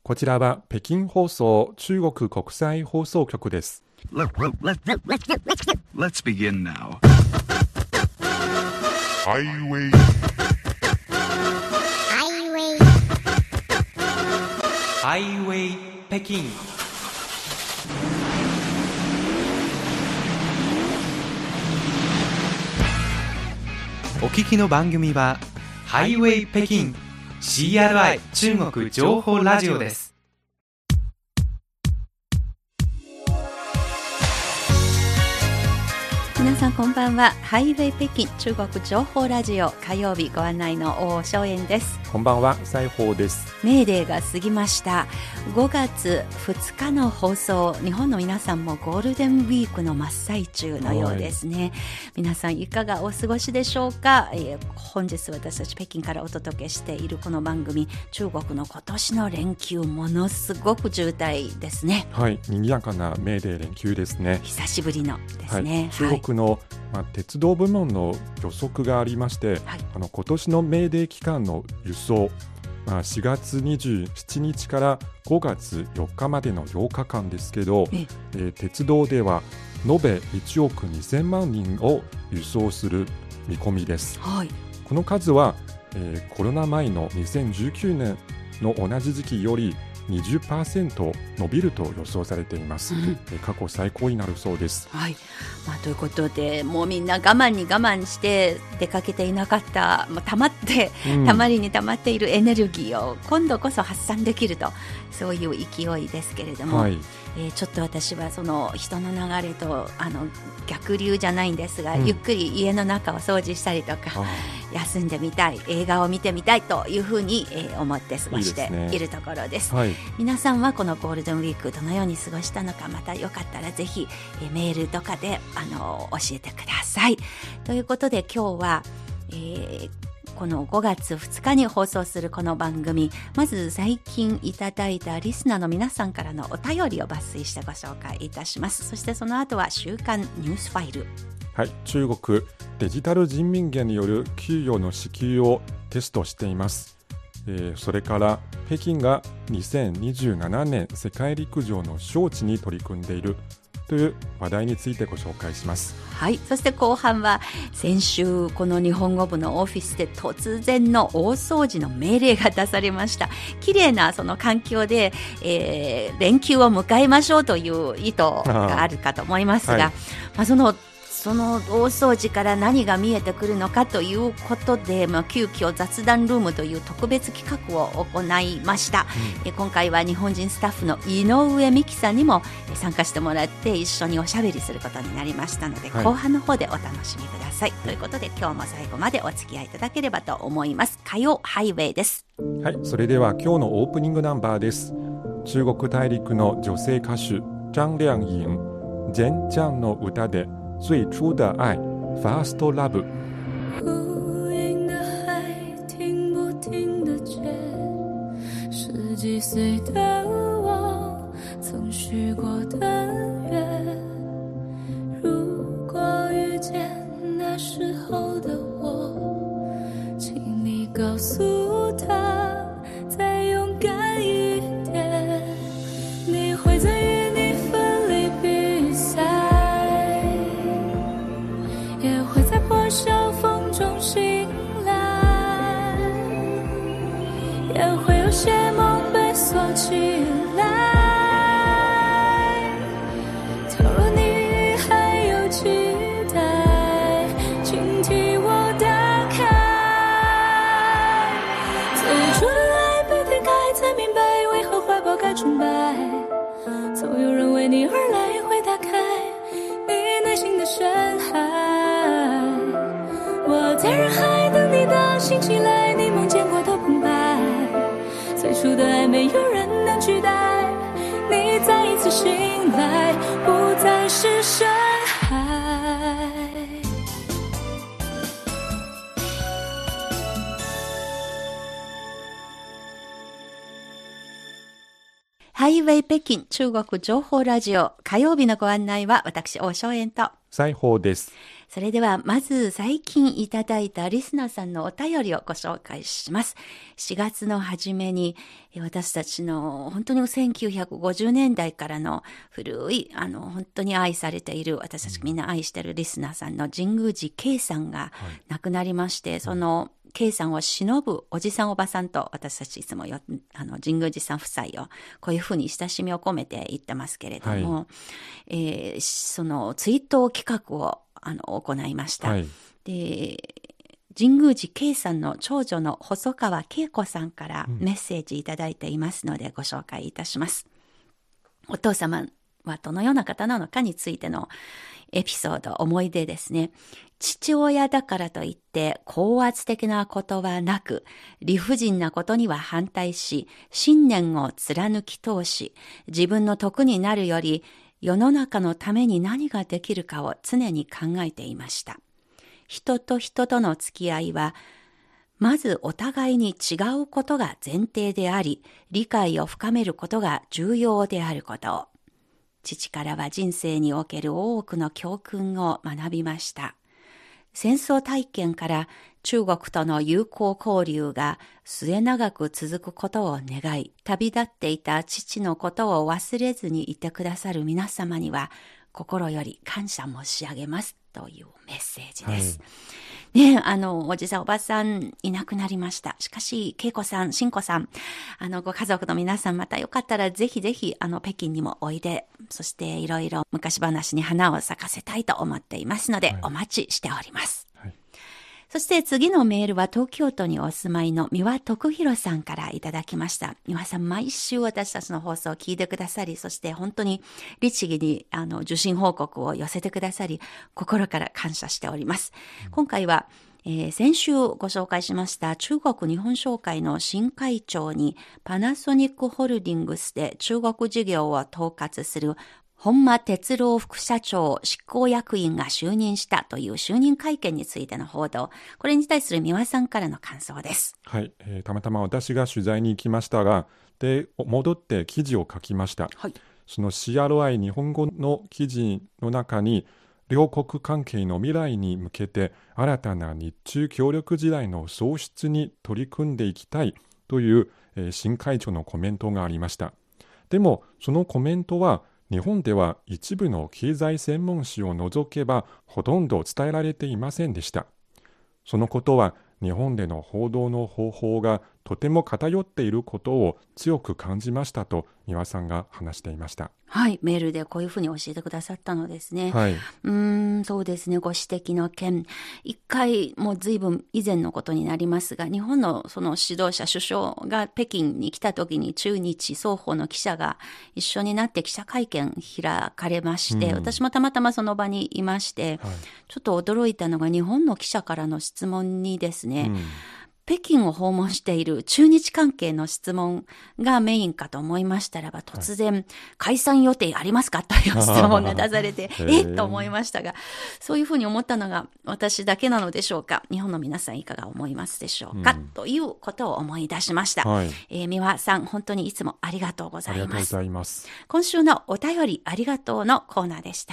こちらは北京放送中国国際放送局です。 Let's begin now. Highway 北京。お聞きの番組はハイウェイ北京 CRI 中国情報ラジオです。 皆さんこんばんは。ハイウェイ北京中国情報ラジオ火曜日ご案内の王正円です。 こんばんは、西宝です。 メーデーが過ぎました。5月2日の放送、日本の皆さんもゴールデンウィークの真っ最中のようですね。皆さんいかがお過ごしでしょうか。本日私たち北京からお届けしているこの番組、中国の今年の連休ものすごく渋滞ですね。 はい、賑やかなメーデー連休ですね。 久しぶりのですね。 中国の、鉄道部門の予測がありまして、今年のメーデー期間の輸送、4月27日から5月4日までの8日間ですけど、鉄道では延べ1億2000万人を輸送する見込みです。この数は、コロナ前の2019年の同じ時期より20% 伸びると予想されています。過去最高になるそうです。 ということで、もうみんな我慢に我慢して出かけていなかった、たまりにたまっているエネルギーを今度こそ発散できると、そういう勢いですけれども、ちょっと私はその人の流れと逆流じゃないんですが、ゆっくり家の中を掃除したりとか、休んでみたい、映画を見てみたいというふうに思って過ごしているところです。皆さんはこのゴールデンウィークどのように過ごしたのか、またよかったらぜひメールとかで教えてください。ということで今日は、この5月2日に放送するこの番組、まず最近いただいたリスナーの皆さんからのお便りを抜粋してご紹介いたします。そしてその後は週刊ニュースファイル。 中国デジタル人民元による給与の支給をテストしています。それから北京が2027年世界陸上の招致に取り組んでいるという話題についてご紹介します。 そして後半は先週この日本語部のオフィスで突然の大掃除の命令が出されました。綺麗なその環境で、連休を迎えましょうという意図があるかと思いますが、その大掃除から何が見えてくるのかということで、急遽雑談ルームという特別企画を行いました。今回は日本人スタッフの井上美希さんにも参加してもらって一緒におしゃべりすることになりましたので、後半の方でお楽しみください。ということで今日も最後までお付き合いいただければと思います。火曜ハイウェイです。 それでは今日のオープニングナンバーです。中国大陸の女性歌手張靓穎、ジェンちゃんの歌で最初的愛 First Love。 呼应的海听不听得见，十几岁的我曾许过的愿，如果遇见那时候的我，请你告诉他再勇敢一点，你会在与你分离比赛，也会在破晓风中醒来，也会有些梦被锁起来。倘若你还有期待，请替我打开。最初的爱被推开，才明白为何怀抱该崇拜。总有人为你而来，会打开你内心的深海。我在人海等你的醒起来，你梦见过的澎湃，最初的爱没有人能取代，你再一次醒来，不再是深海。 ハイウェイ北京中国情報ラジオ、火曜日のご案内は私王正円と西宝です。 それではまず最近いただいたリスナーさんのお便りをご紹介します。4月の初めに私たちの本当に1950年代からの古い本当に愛されている、私たちみんな愛しているリスナーさんの神宮寺圭さんが亡くなりまして、その圭さんを偲ぶおじさんおばさんと私たちいつも神宮寺さん夫妻をこういうふうに親しみを込めて言ってますけれども、その追悼企画を行いました。で、神宮寺圭さんの長女の細川恵子さんからメッセージいただいていますのでご紹介いたします。お父様はどのような方なのかについてのエピソード、思い出ですね。父親だからといって高圧的なことはなく、理不尽なことには反対し、信念を貫き通し、自分の得になるより世の中のために何ができるかを常に考えていました。人と人との付き合いは、まずお互いに違うことが前提であり、理解を深めることが重要であることを。父からは人生における多くの教訓を学びました。戦争体験から中国との友好交流が末永く続くことを願い、旅立っていた父のことを忘れずにいてくださる皆様には心より感謝申し上げますというメッセージです。ね、おじさんおばさんいなくなりました。しかし、恵子さん、しんこさん、ご家族の皆さんまたよかったらぜひぜひ、北京にもおいで、そしていろいろ昔話に花を咲かせたいと思っていますので、お待ちしております。そして次のメールは東京都にお住まいの三輪徳弘さんからいただきました。三輪さん、毎週私たちの放送を聞いてくださり、そして本当に律儀に受信報告を寄せてくださり、心から感謝しております。今回は、先週ご紹介しました中国日本商会の新会長にパナソニックホールディングスで中国事業を統括する本間哲郎副社長執行役員が就任したという就任会見についての報道、これに対する三輪さんからの感想です。 はい、たまたま私が取材に行きましたが、で戻って記事を書きました。その CRI 日本語の記事の中に、両国関係の未来に向けて新たな日中協力時代の創出に取り組んでいきたいという、新会長のコメントがありました。でもそのコメントは日本では一部の経済専門誌を除けばほとんど伝えられていませんでした。そのことは日本での報道の方法がとても偏っていることを強く感じましたと三輪さんが話していました。 はい、メールでこういうふうに教えてくださったのですね。そうですね、ご指摘の件、一回もう随分以前のことになりますが、日本のその指導者首相が北京に来た時に中日双方の記者が一緒になって記者会見開かれまして、私もたまたまその場にいまして、ちょっと驚いたのが日本の記者からの質問にですね、北京を訪問している中日関係の質問がメインかと思いましたらば、突然、解散予定ありますかという質問が出されて、と思いましたが、そういうふうに思ったのが私だけなのでしょうか。日本の皆さんいかが思いますでしょうか、ということを思い出しました。三輪さん、本当にいつもありがとうございます。 ありがとうございます。 今週のお便りありがとうのコーナーでした。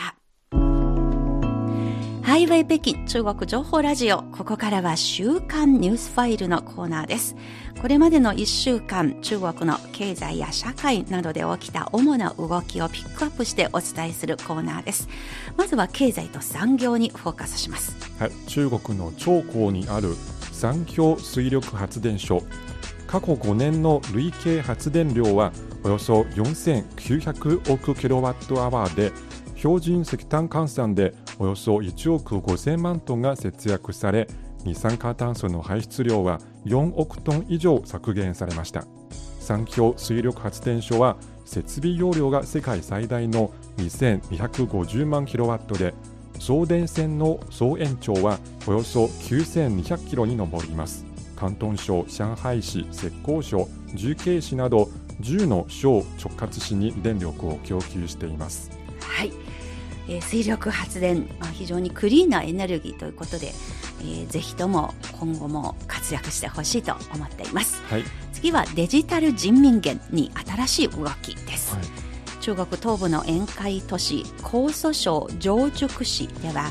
ハイウェイ北京中国情報ラジオ、ここからは週刊ニュースファイルのコーナーです。これまでの1週間、中国の経済や社会などで起きた主な動きをピックアップしてお伝えするコーナーです。まずは経済と産業にフォーカスします。 中国の長江にある三峡水力発電所、過去5年の累計発電量はおよそ4900億キロワットアワーで、標準石炭換算でおよそ1億5000万トンが節約され、二酸化炭素の排出量は4億トン以上削減されました。三峡水力発電所は設備容量が世界最大の2250万キロワットで、送電線の総延長はおよそ9200キロに上ります。広東省、上海市、浙江省、重慶市など10の省直轄市に電力を供給しています。 はい、水力発電、非常にクリーンなエネルギーということで、ぜひとも今後も活躍してほしいと思っています。次はデジタル人民元に新しい動きです。中国東部の沿海都市江蘇省常熟市では、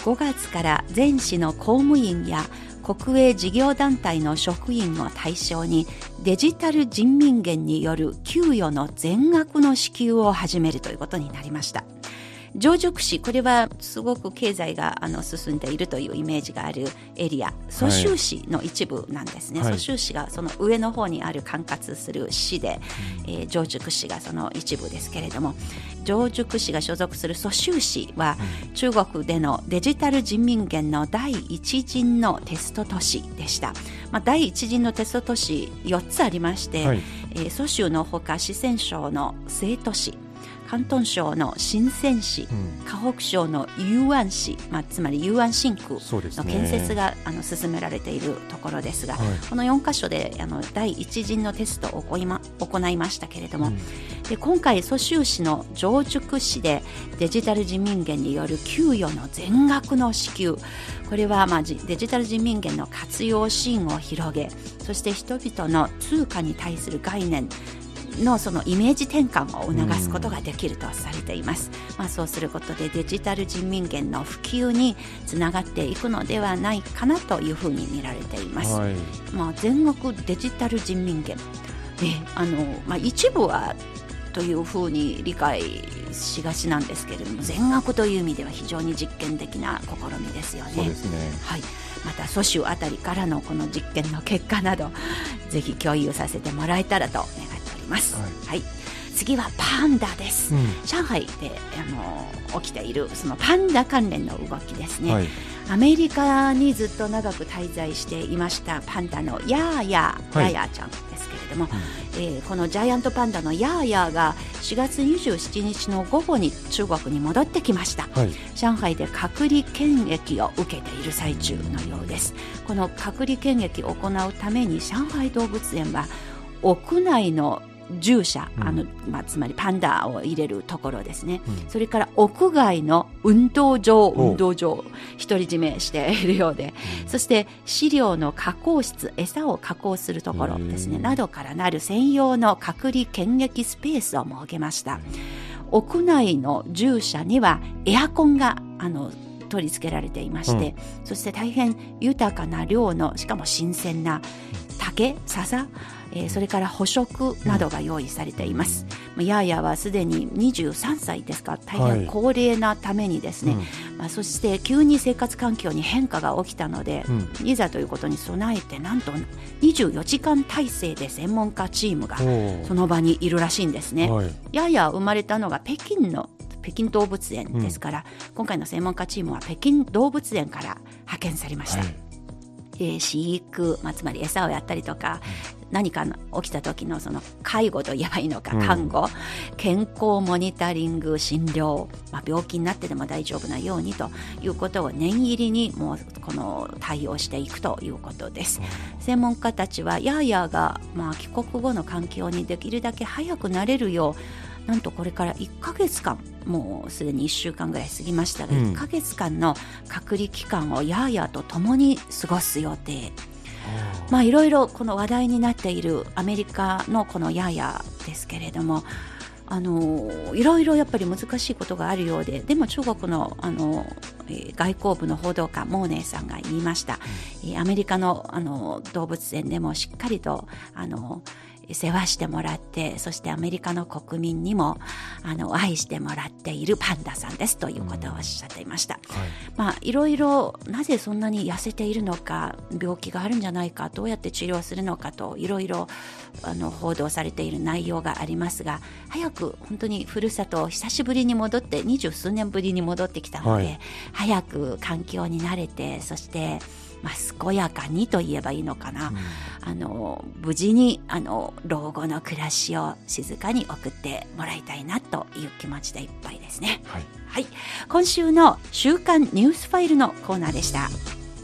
5月から全市の公務員や国営事業団体の職員を対象にデジタル人民元による給与の全額の支給を始めるということになりました。上宿市、これはすごく経済が進んでいるというイメージがあるエリア、蘇州市の一部なんですね、はい、蘇州市がその上の方にある管轄する市で、上宿市がその一部ですけれども、上宿市が所属する蘇州市は、中国でのデジタル人民元の第一陣のテスト都市でした。第一陣のテスト都市4つありまして、はい、蘇州のほか四川省の成都市、広東省の深セン市、河北省の雄安市、つまり雄安新区の建設が進められているところですが、この4カ所で第一陣のテストを行いましたけれども、で今回蘇州市の上宿市でデジタル人民元による給与の全額の支給、これはデジタル人民元の活用シーンを広げ、そして人々の通貨に対する概念のそのイメージ転換を促すことができるとされています。そうすることでデジタル人民元の普及につながっていくのではないかなというふうに見られています。はい、全額デジタル人民元、一部はというふうに理解しがちなんですけれども、全額という意味では非常に実験的な試みですよね。 そうですね。 はい。また蘇州あたりからのこの実験の結果などぜひ共有させてもらえたらと願っております。はい。次はパンダです。上海で起きているそのパンダ関連の動きですね。はい、アメリカにずっと長く滞在していましたパンダのヤーヤーちゃんですけれども、このジャイアントパンダのヤーヤーが4月27日の午後に中国に戻ってきました。はい、上海で隔離検疫を受けている最中のようです。この隔離検疫を行うために上海動物園は屋内の獣舎、つまりパンダを入れるところですね、それから屋外の運動場を独り占めしているようで、そして飼料の加工室、餌を加工するところですね、などからなる専用の隔離検疫スペースを設けました。屋内の獣舎にはエアコンが取り付けられていまして、そして大変豊かな量の、しかも新鮮な竹、笹、それから捕食などが用意されています。ヤーヤはすでに23歳ですから大変高齢なためにですね、そして急に生活環境に変化が起きたので、いざということに備えてなんと24時間体制で専門家チームがその場にいるらしいんですね。ヤーヤ生まれたのが北京動物園ですから、今回の専門家チームは北京動物園から派遣されました。飼育、つまり餌をやったりとか、何か起きた時のその介護と言えばいいのか、看護、健康モニタリング、診療、病気になってでも大丈夫なようにということを念入りにもうこの対応していくということです。専門家たちはヤーヤーが帰国後の環境にできるだけ早くなれるよう、なんとこれから1ヶ月間、もうすでに1週間ぐらい過ぎましたが、1ヶ月間の隔離期間をヤーヤーと共に過ごす予定。いろいろこの話題になっているアメリカのこのヤーヤーですけれども、いろいろやっぱり難しいことがあるようで、でも中国の、外交部の報道官モーネーさんが言いました。アメリカの、動物園でもしっかりと世話してもらって、そしてアメリカの国民にも愛してもらっているパンダさんですということをおっしゃっていました。いろいろなぜそんなに痩せているのか、病気があるんじゃないか、どうやって治療するのかといろいろ報道されている内容がありますが、早く本当にふるさとを久しぶりに戻って、20数年ぶりに戻ってきたので、早く環境に慣れて、そして健やかにと言えばいいのかな、無事に老後の暮らしを静かに送ってもらいたいなという気持ちでいっぱいですね。はい、今週の週刊ニュースファイルのコーナーでした。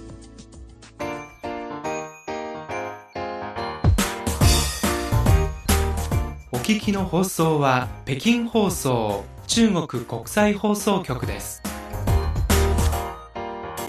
お聞きの放送は北京放送中国国際放送局です。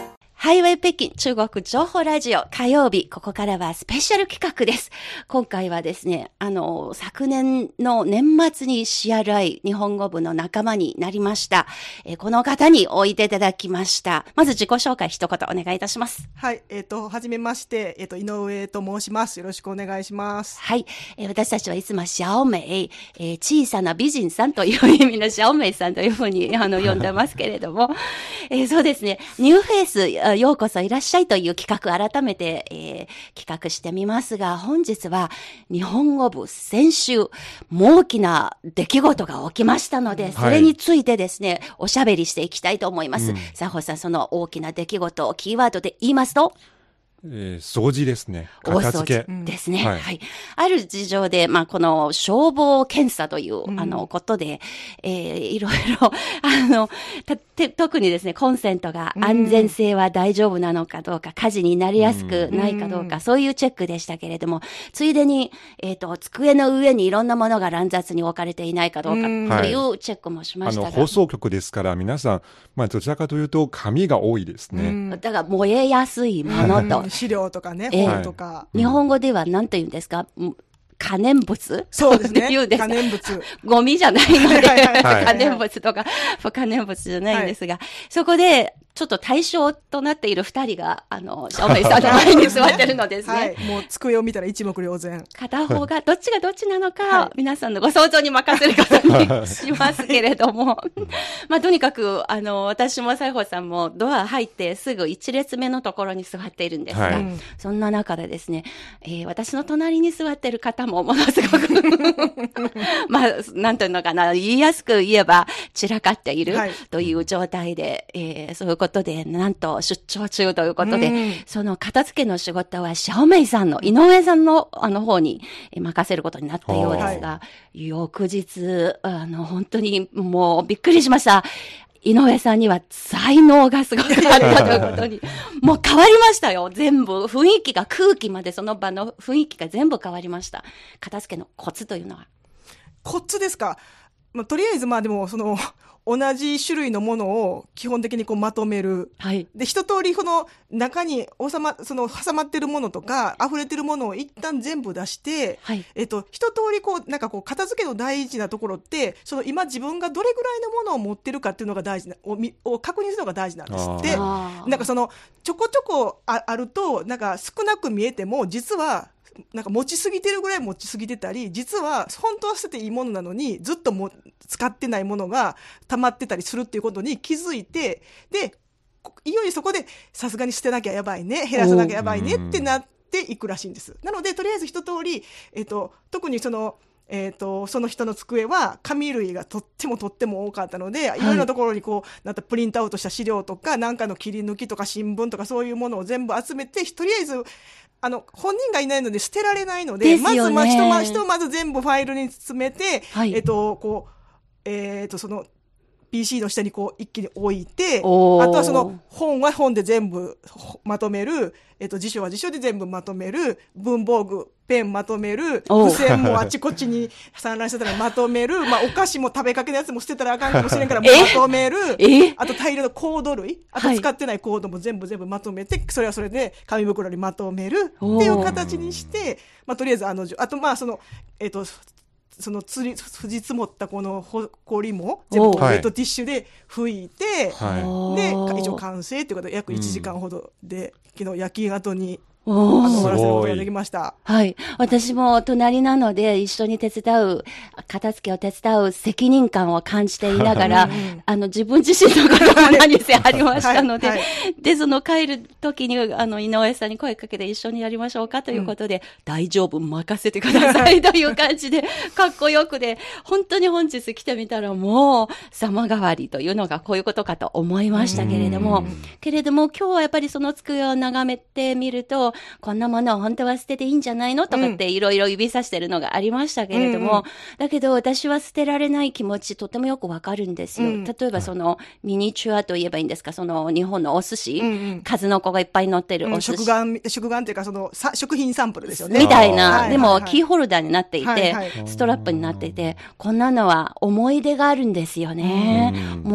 ハイウェイ北京中国情報ラジオ火曜日、ここからはスペシャル企画です。今回はですね、昨年の年末に CRI 日本語部の仲間になりました。この方においでいただきました。まず自己紹介一言お願いいたします。 はい、はじめまして、井上と申します。よろしくお願いします。 はい、私たちはいつも小美、小さな美人さんという意味の小美さんというふうに呼んでますけれども、そうですね、ニューフェイスようこそいらっしゃいという企画改めて、企画してみますが、本日は日本語部先週大きな出来事が起きましたので、それについてですね、おしゃべりしていきたいと思います。佐保さん、その大きな出来事をキーワードで言いますと、 掃除ですね。片付け。 ですね。はい。ある事情で、この消防検査という、ことで、いろいろ、特にですね、コンセントが安全性は大丈夫なのかどうか、火事になりやすくないかどうか、そういうチェックでしたけれども、ついでに、机の上にいろんなものが乱雑に置かれていないかどうか、というチェックもしましたが。 放送局ですから、皆さん、どちらかというと、紙が多いですね。 だから、燃えやすいものと。 資料とかね、本とか。 日本語では何て言うんですか？可燃物？ そうですね。 可燃物。ゴミじゃないので、可燃物とか不可燃物じゃないんですが、そこで、ちょっと対象となっている二人が、小美さんの前に座ってるのですね。 はい。もう机を見たら一目瞭然。 片方がどっちがどっちなのか、皆さんのご想像に任せることにしますけれども。とにかく、私も西郷さんもドア入ってすぐ一列目のところに座っているんですが、そんな中でですね、私の隣に座っている方もものすごく、なんていうのかな、言いやすく言えば散らかっているという状態で、そういうことで、なんと出張中ということで、その片付けの仕事は小美さんの、井上さんの方に任せることになったようですが、翌日、本当にもうびっくりしました。井上さんには才能がすごくあったということに、もう変わりましたよ。全部、雰囲気が、空気までその場の雰囲気が全部変わりました。片付けのコツというのは。 コツですか。とりあえずでも同じ種類のものを基本的にまとめる。はい。で、一通り中に挟まってるものとか、溢れてるものを一旦全部出して、はい。一通り片付けの大事なところって、今自分がどれぐらいのものを持ってるかっていうのが大事な、を確認するのが大事なんですって。ちょこちょこあると、少なく見えても、実は、持ちすぎてるぐらい持ちすぎてたり、実は本当は捨てていいものなのにずっと使ってないものが溜まってたりするっていうことに気づいて、で、いよいよそこでさすがに捨てなきゃやばいね、減らさなきゃやばいねってなっていくらしいんです。なので、とりあえず一通り、特にその人の机は紙類がとっても多かったので、いろいろなところにプリントアウトした資料とか、なんかの切り抜きとか新聞とかそういうものを全部集めて、とりあえず、本人がいないので捨てられないので、まず全部ファイルに詰めて、はい、その PC の下に一気に置いて、あとはその本は本で全部まとめる、辞書は辞書で全部まとめる、文房具、ペンまとめる、付箋もあちこちに散乱してたらまとめる、お菓子も食べかけのやつも捨てたらあかんかもしれんからまとめる、あと大量のコード類、あと使ってないコードも全部まとめて、それはそれで紙袋にまとめるっていう形にして、とりあえずあとその降り積もったこのほこりも全部ウェットティッシュで拭いて、で一応完成ということで約1時間ほどで、昨日夜勤後に終わらせることができました。 はい。私も隣なので一緒に片付けを手伝う責任感を感じていながら、自分自身のことも何せありましたので、で、その帰る時に、井上さんに声かけて一緒にやりましょうかということで、大丈夫、任せてくださいという感じで、かっこよくで、本当に本日来てみたらもう、様変わりというのがこういうことかと思いましたけれども、今日はやっぱりその机を眺めてみると、こんなものを本当は捨てていいんじゃないのとかっていろいろ指さしてるのがありましたけれども、だけど私は捨てられない気持ちとてもよくわかるんですよ。例えばそのミニチュアと言えばいいんですか、その日本のお寿司、数の子がいっぱい乗ってるお寿司。 食玩っていうか食品サンプルですよね。 みたいな、でもキーホルダーになっていて、ストラップになっていて、こんなのは思い出があるんですよね。もらって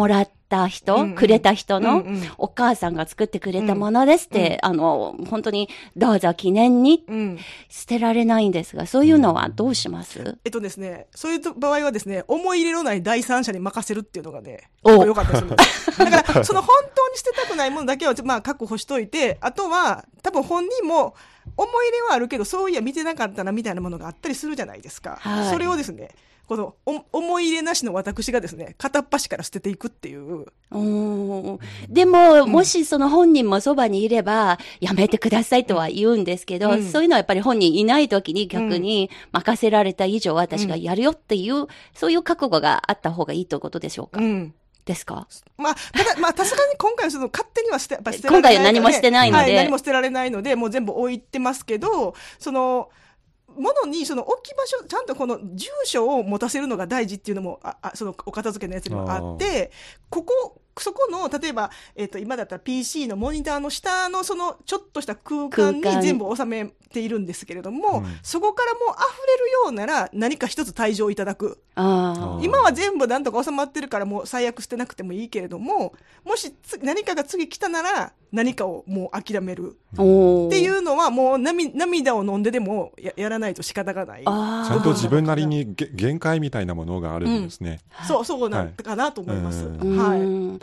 った人、くれた人のお母さんが作ってくれたものですって、本当にどうぞ記念に捨てられないんですが、そういうのはどうします？ ですね、そういう場合はですね、思い入れのない第三者に任せるっていうのがね、良かったです。だから、その本当に捨てたくないものだけは、まあ、確保しといて、あとは、多分本人も、思い入れはあるけど、そういや見てなかったなみたいなものがあったりするじゃないですか。はい、それをですね、この思い入れなしの私がですね、片っ端から捨てていくっていう。 でも、もしその本人もそばにいれば、やめてくださいとは言うんですけど、そういうのはやっぱり本人いない時に逆に任せられた以上私がやるよっていう、そういう覚悟があった方がいいということでしょうか。ですか？ まあ、ただ、まあ、さすがに今回は勝手には捨てられない、 今回は何もしてないので。 はい、何も捨てられないので、もう全部置いてますけど、ものに、置き場所、ちゃんとこの住所を持たせるのが大事っていうのも、そのお片付けのやつにもあって、そこの、例えば、今だったら PC のモニターの下のちょっとした空間に全部収めているんですけれども、そこからもう溢れるようなら何か一つ退場いただく。今は全部なんとか収まってるからもう最悪捨てなくてもいいけれども、もし何かが次来たなら何かをもう諦める。っていうのはもう涙を飲んででも やらないと仕方がない。ちゃんと自分なりに限界みたいなものがあるんですね。 そうなんかなと思います。はい。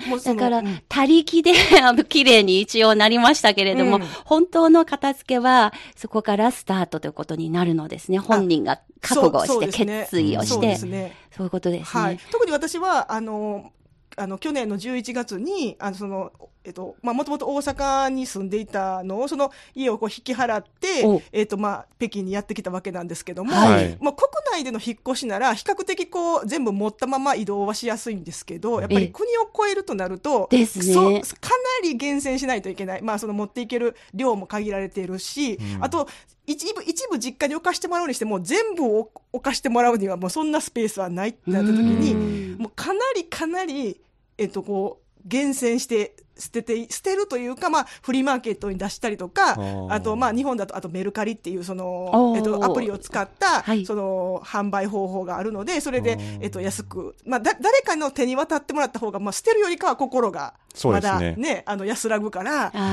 だから、他力で綺麗に一応なりましたけれども、本当の片付けはそこからスタートということになるのですね。本人が覚悟して、決意をして、そういうことですね。はい。 特に私は、去年の11月に、まあ、もともと大阪に住んでいたのを、その家をこう引き払って、まあ、北京にやってきたわけなんですけども、まあ、国内での引っ越しなら、比較的こう、全部持ったまま移動はしやすいんですけど、やっぱり国を越えるとなると、 ですね。 かなり厳選しないといけない。まあ、持っていける量も限られているし、あと、一部実家に置かしてもらうにしても、全部を置かしてもらうには、もうそんなスペースはないってなった時に、もうかなり、こう、厳選して捨てるというか、まあ、フリーマーケットに出したりとか、あと、まあ、日本だと、あとメルカリっていう、アプリを使った、販売方法があるので、それで、安く、まあ、誰かの手に渡ってもらった方が、まあ、捨てるよりかは心が、まだね、安らぐから、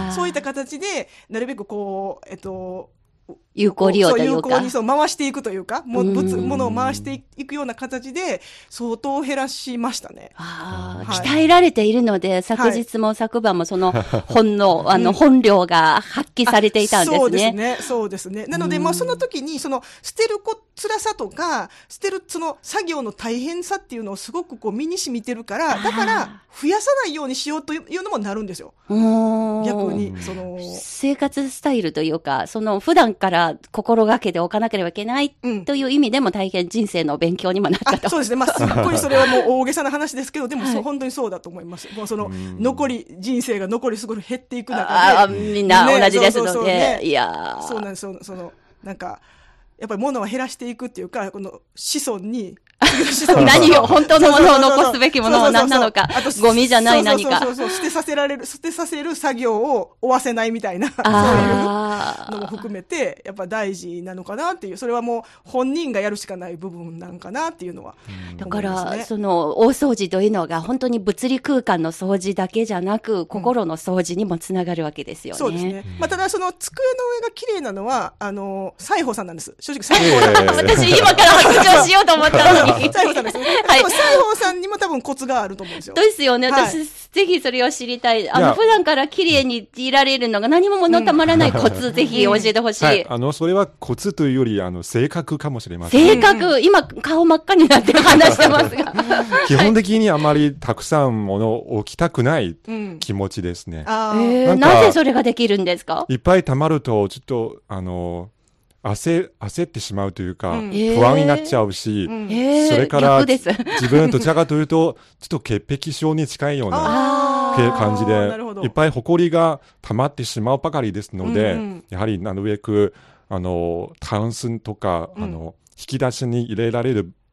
そういった形で、なるべくこう、 有効利用というか。 有効に回していくというか、物を回していくような形で、相当減らしましたね。 鍛えられているので、昨日も昨晩もその本本領が発揮されていたんですね。 そうですね。なので、まあ、その時に、捨てる辛さとか、捨てる作業の大変さっていうのをすごくこう身に染みてるから、だから、増やさないようにしようというのもなるんですよ。逆に、 生活スタイルというか、普段から心がけておかなければいけないという意味でも大変人生の勉強にもなったと。 そうですね。まあ、すっごいそれはもう大げさな話ですけど、でも本当にそうだと思います。もう人生が残りすごい減っていく中で。 みんな同じですので。いやそうなんです。なんか、やっぱり物を減らしていくっていうか、この子孫に、 何を、本当のものを残すべきものは何なのか、ゴミじゃない何か。 捨てさせる作業を負わせないみたいな、そういうのも含めて、やっぱ大事なのかなっていう、それはもう本人がやるしかない部分なんかなっていうのは、 だから、大掃除というのが本当に物理空間の掃除だけじゃなく、心の掃除にもつながるわけですよね。 そうですね。まあ、ただ机の上が綺麗なのは、西郷さんなんです。正直西郷さん。 私今から発表しようと思ったのに。 西郷さんですね。はい。西郷さんにも多分コツがあると思うんですよ。 ですよね。私、ぜひそれを知りたい。普段から綺麗にいられるのが何も物たまらないコツ、ぜひ教えてほしい。はい。 それはコツというより、性格かもしれません。性格、今、顔真っ赤になって話してますが。 基本的にあまりたくさん物を置きたくない気持ちですね。 なぜそれができるんですか？ いっぱい溜まると、ちょっと、焦ってしまうというか、不安になっちゃうし、それから自分どちらかというと、ちょっと潔癖症に近いような感じで、いっぱい埃が溜まってしまうばかりですので、やはりなるべく、タンスとか、引き出しに入れられる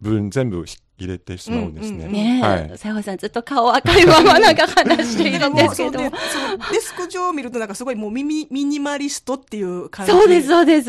分全部入れてしまうんですね。 ねえ、さやさんずっと顔赤いままなんか話しているんですけど。 デスク上を見るとなんかすごいもうミニマリストっていう感じ。 そうです、そうです。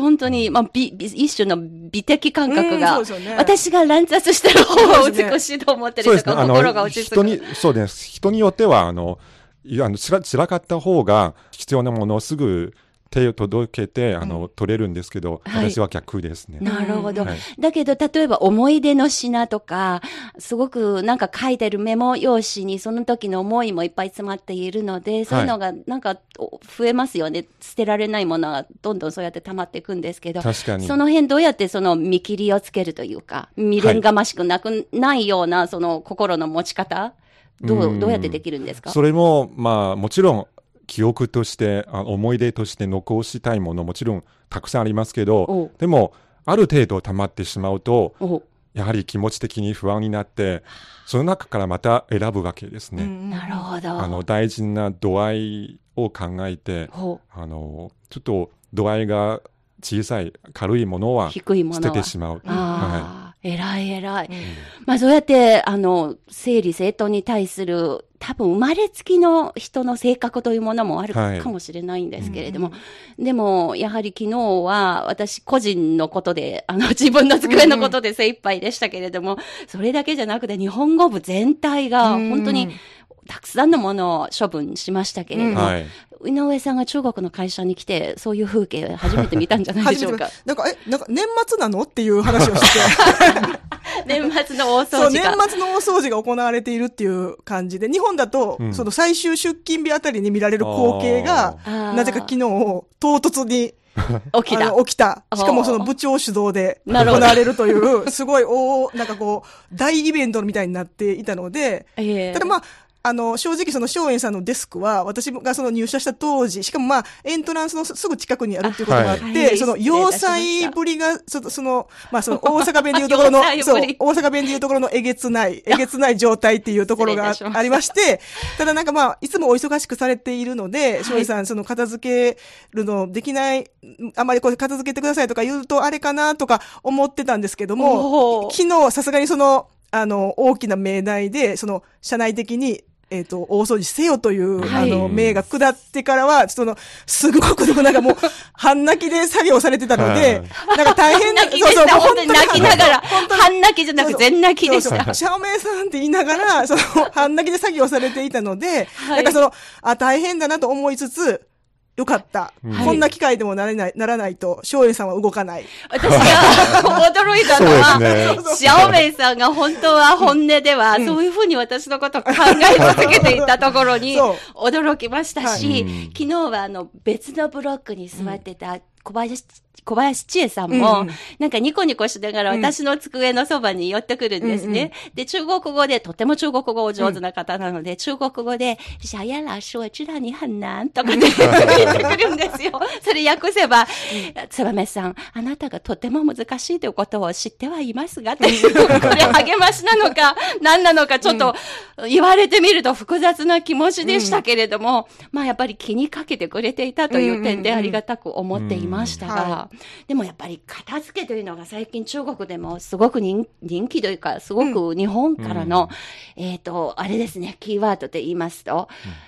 本当に、一種の美的感覚が、私が乱雑してる方が美しいと思ってるとか、心が落ち着く。 そうです。人によっては、散らかった方が必要なものをすぐ手を届けて、取れるんですけど、私は逆ですね。 なるほど。だけど、例えば思い出の品とか、すごくなんか書いてるメモ用紙にその時の思いもいっぱい詰まっているので、そういうのがなんか増えますよね。捨てられないものがどんどんそうやって溜まっていくんですけど、 確かに。 その辺どうやってその見切りをつけるというか、未練がましくないようなその心の持ち方、どうやってできるんですか？ それも、もちろん、記憶として、思い出として残したいものもちろんたくさんありますけど、でも、ある程度溜まってしまうと、やはり気持ち的に不安になって、その中からまた選ぶわけですね。 なるほど。 大事な度合いを考えて、ちょっと度合いが小さい、軽いものは捨ててしまう。 偉い。そうやって、整理整頓に対する、多分生まれつきの人の性格というものもあるかもしれないんですけれども、でも、やはり昨日は私個人のことで、自分の机のことで精一杯でしたけれども、それだけじゃなくて日本語部全体が本当にたくさんのものを処分しましたけれども、井上さんが中国の会社に来て、そういう風景初めて見たんじゃないでしょうか。 なんか年末なのっていう話をして。 年末の大掃除が。 そう、年末の大掃除が行われているっていう感じで、日本だと、その最終出勤日あたりに見られる光景が、なぜか昨日、唐突に、起きた。しかもその部長主導で行われるという、すごいなんかこう、大イベントみたいになっていたので、ただ正直その松園さんのデスクは、私がその入社した当時、しかもエントランスのすぐ近くにあるっていうことがあって、その要塞ぶりが、その大阪弁でいうところの、そう、大阪弁でいうところのえげつない状態っていうところがありまして、ただなんかいつもお忙しくされているので、松園さんその片付けるのできない、あまりこう片付けてくださいとか言うとあれかなとか思ってたんですけども、昨日さすがにその、大きな命題で、その、社内的に、大掃除せよという、命が下ってからは、すごくなんかもう、半泣きで作業されてたので、なんか大変な、 そう、本当に泣きながら、半泣きじゃなく全泣きでした。 シャオメイさんって言いながら、半泣きで作業されていたので、なんか大変だなと思いつつ、よかった。こんな機会でもならないと、松園さんは動かない。 私が驚いたのは、シャオメイさんが本当は本音では、そういうふうに私のことを考え続けていたところに、驚きましたし、昨日は別のブロックに座ってた小林千恵さんも、なんかニコニコしながら私の机のそばに寄ってくるんですね。で、中国語で、とても中国語お上手な方なので、中国語で、小燕老師、我知道你很難とかで言ってくるんですよ。それ訳せば、燕さん、あなたがとても難しいということを知ってはいますが、っていう、これ励ましなのか、何なのか、ちょっと言われてみると複雑な気持ちでしたけれども、やっぱり気にかけてくれていたという点でありがたく思っていましたが、でもやっぱり片付けというのが最近中国でもすごく人気というか、すごく日本からの、あれですね、キーワードで言いますと、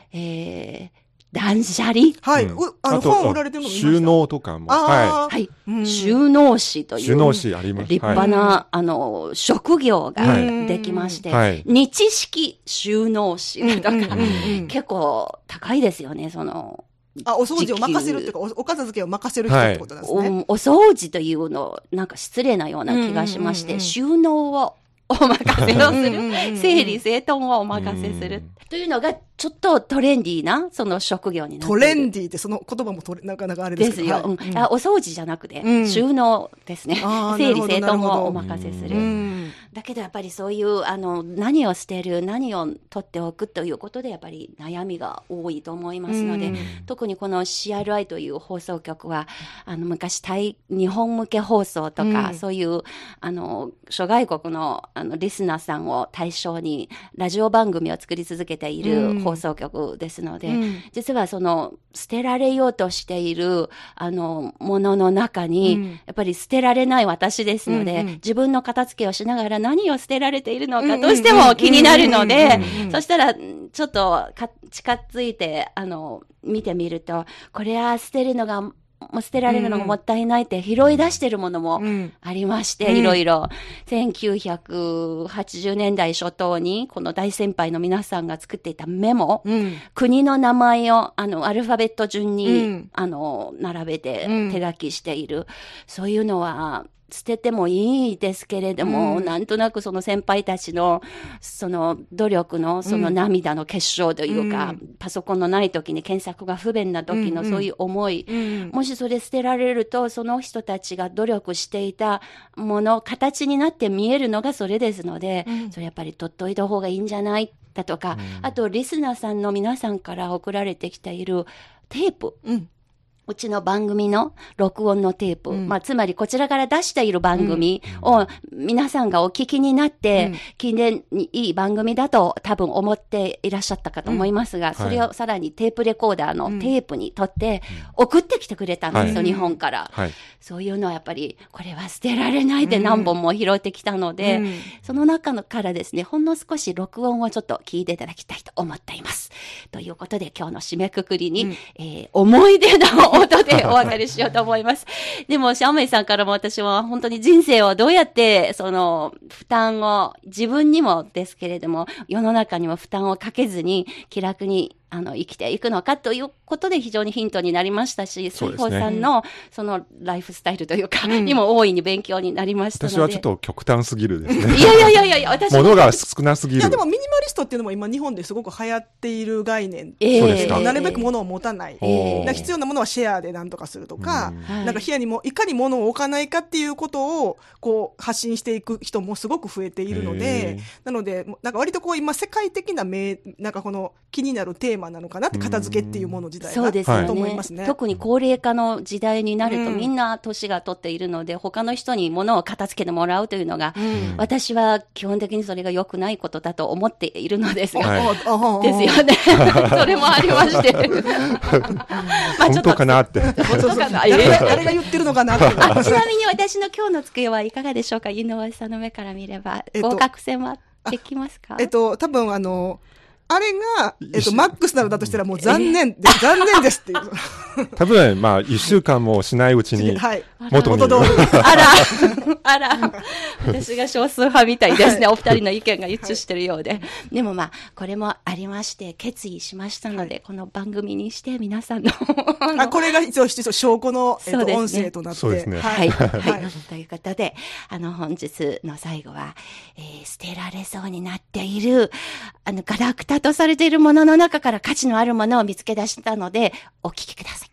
断捨離。 はい。本売られてるの見ました。 収納とかも。 はい。収納師という。 収納師あります。 立派な、職業ができまして、日式収納師とか、結構高いですよね、 お掃除を任せるっていうか、お片付けを任せる人ってことですね。 お掃除というの、なんか失礼なような気がしまして、収納をお任せをする。整理整頓をお任せする。というのが、ちょっとトレンディーな、その職業になっている。 トレンディーってその言葉もなかなかあれですけど。 ですよ。お掃除じゃなくて、収納ですね。整理整頓をお任せする。だけどやっぱりそういう、何を捨てる、何を取っておくということで、やっぱり悩みが多いと思いますので、特にこの CRI という放送局は、昔日本向け放送とか、そういう、諸外国の、リスナーさんを対象に、ラジオ番組を作り続けている放放送局ですので、実はその捨てられようとしているものの中に、やっぱり捨てられない私ですので、自分の片付けをしながら何を捨てられているのかどうしても気になるので、そしたらちょっと近づいて見てみると、これは捨てるのが捨てられるのがもったいないって拾い出してるものもありまして、いろいろ1980年代初頭にこの大先輩の皆さんが作っていたメモ、国の名前をアルファベット順に、並べて手書きしている、そういうのは捨ててもいいですけれども、なんとなくその先輩たちのその努力のその涙の結晶というか、パソコンのない時に検索が不便な時のそういう思い、もしそれ捨てられると、その人たちが努力していたもの、形になって見えるのがそれですので、それやっぱり取っといた方がいいんじゃないだとか、あとリスナーさんの皆さんから送られてきているテープ、うちの番組の録音のテープ、つまりこちらから出している番組を皆さんがお聞きになって、近年にいい番組だと多分思っていらっしゃったかと思いますが、それをさらにテープレコーダーのテープに取って送ってきてくれたんですよ、日本から。そういうのはやっぱり、これは捨てられないで何本も拾ってきたので、その中からですね、ほんの少し録音をちょっと聞いていただきたいと思っています。ということで今日の締めくくりに、思い出の音でお別れしようと思います。でも、シャオメイさんからも私は本当に人生をどうやってその負担を自分にもですけれども、世の中にも負担をかけずに気楽に生きていくのかということで非常にヒントになりましたし、水宝さんのそのライフスタイルというか、にも大いに勉強になりましたので。 私はちょっと極端すぎるですね。 いや、私物が少なすぎる。 いや、でもミニマリストっていうのも今日本ですごく流行っている概念。 そうですか。 なるべく物を持たない。必要なものはシェアで何とかするとか、なんか部屋にもいかに物を置かないかっていうことをこう発信していく人もすごく増えているので、なので、なんか割とこう今世界的ななんかこの気になるテーマなのかなって、片付けっていうもの自体が。 そうですよね。 と思いますね。 特に高齢化の時代になるとみんな年が取っているので、他の人に物を片付けてもらうというのが、私は基本的にそれが良くないことだと思っているのですが、ですよね。それもありまして。 本当かなって。 本当かな。誰が言ってるのかなって。 ちなみに私の今日の机はいかがでしょうか、井上さんの目から見れば。合格線はできますか？ 多分あれが、マックスなのだとしたらもう残念ですっていう。 多分、1週間もしないうちに、元に。 あら、私が少数派みたいですね。お二人の意見が一致してるようで。でもこれもありまして、決意しましたので、この番組にして皆さんの。 これが一応証拠の、音声となって。 そうですね。 はい。ということで、本日の最後は、捨てられそうになっている、ガラクタとされているものの中から価値のあるものを見つけ出したので、お聞きください。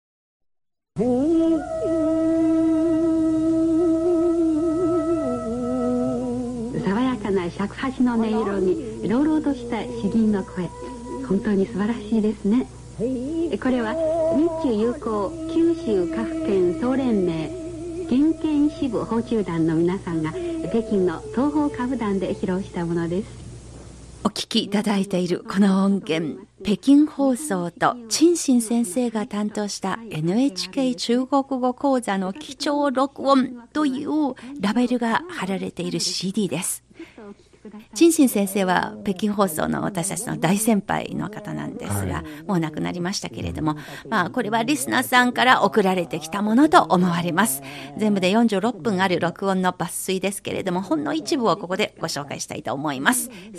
爽やかな尺八の音色に朗々とした詩吟の声、本当に素晴らしいですね。これは日中友好九州家父県総連盟県県支部訪中団の皆さんが北京の東方歌舞団で披露したものです。 お聞きいただいているこの音源、北京放送と陳信先生が担当した NHK 中国語講座の貴重録音というラベルが貼られている CD です。陳信先生は北京放送の私たちの大先輩の方なんですが、もう亡くなりましたけれども、これはリスナーさんから送られてきたものと思われます。全部で46分ある録音の抜粋ですけれども、ほんの一部をここでご紹介したいと思います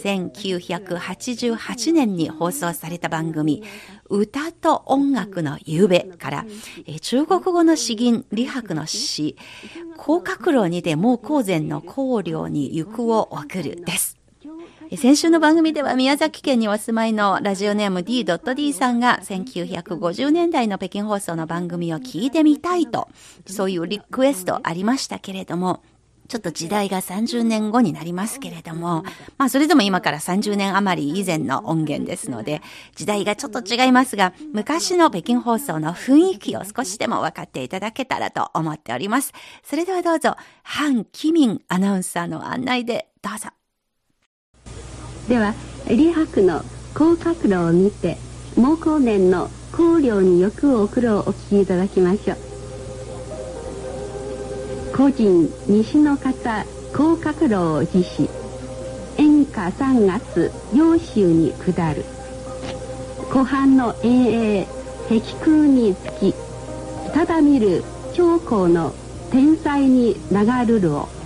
。1988年に放送された番組、歌と音楽の夕べから、中国語の詩吟、李白の詩、広角路にて孟公然の公領に行くを送るです。先週の番組では宮崎県にお住まいのラジオネーム D.D さんが1950年代の北京放送の番組を聞いてみたいと、そういうリクエストありましたけれども、ちょっと時代が30年後になりますけれども、それでも今から30年余り以前の音源ですので、時代がちょっと違いますが、昔の北京放送の雰囲気を少しでも分かっていただけたらと思っております。それではどうぞ、ハン・キミンアナウンサーの案内でどうぞ。 では、李白の高架路を見て毛後年の光陵に欲を送るをお聞きいただきましょう。個人西の方高架路を辞し、演歌3月揚州に下る。湖畔の遠泳碧空につき、ただ見る長江の天才に流るるを。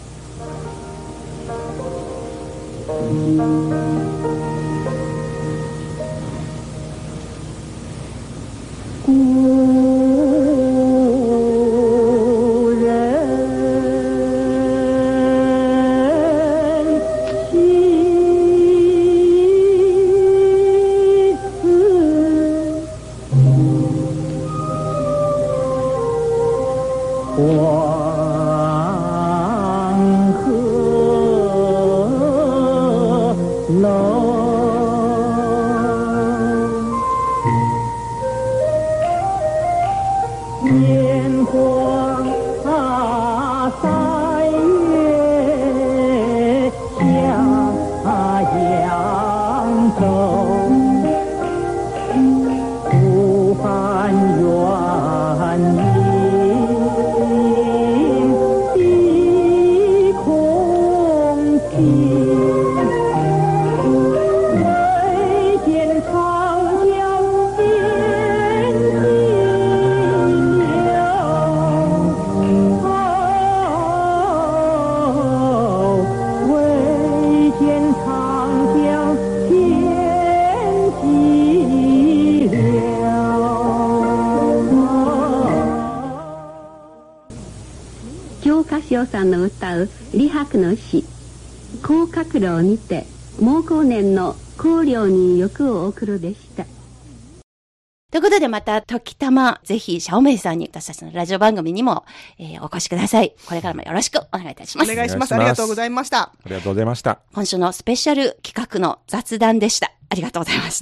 さんの歌う李白の詩高架路を見て毛後年の光陵に欲を送るでした。 ということでまた時たまぜひシャオメイさんに私たちのラジオ番組にも、お越しください。これからもよろしくお願いいたします。 お願いします。ありがとうございました。 ありがとうございました。 今週のスペシャル企画の雑談でした。ありがとうございました。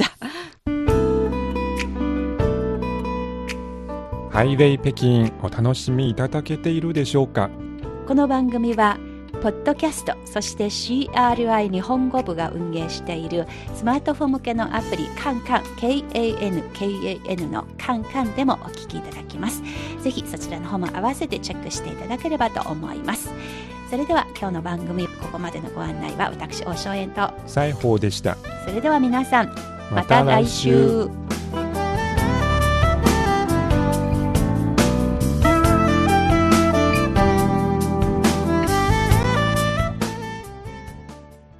ハイウェイ北京お楽しみいただけているでしょうか。 この番組はポッドキャストそして CRI 日本語部が運営しているスマートフォン向けのアプリカンカン KAN のカンカンでもお聞きいただきます。ぜひそちらの方も合わせてチェックしていただければと思います。それでは今日の番組ここまでのご案内は私大正円と西宝でした。 それでは皆さんまた来週。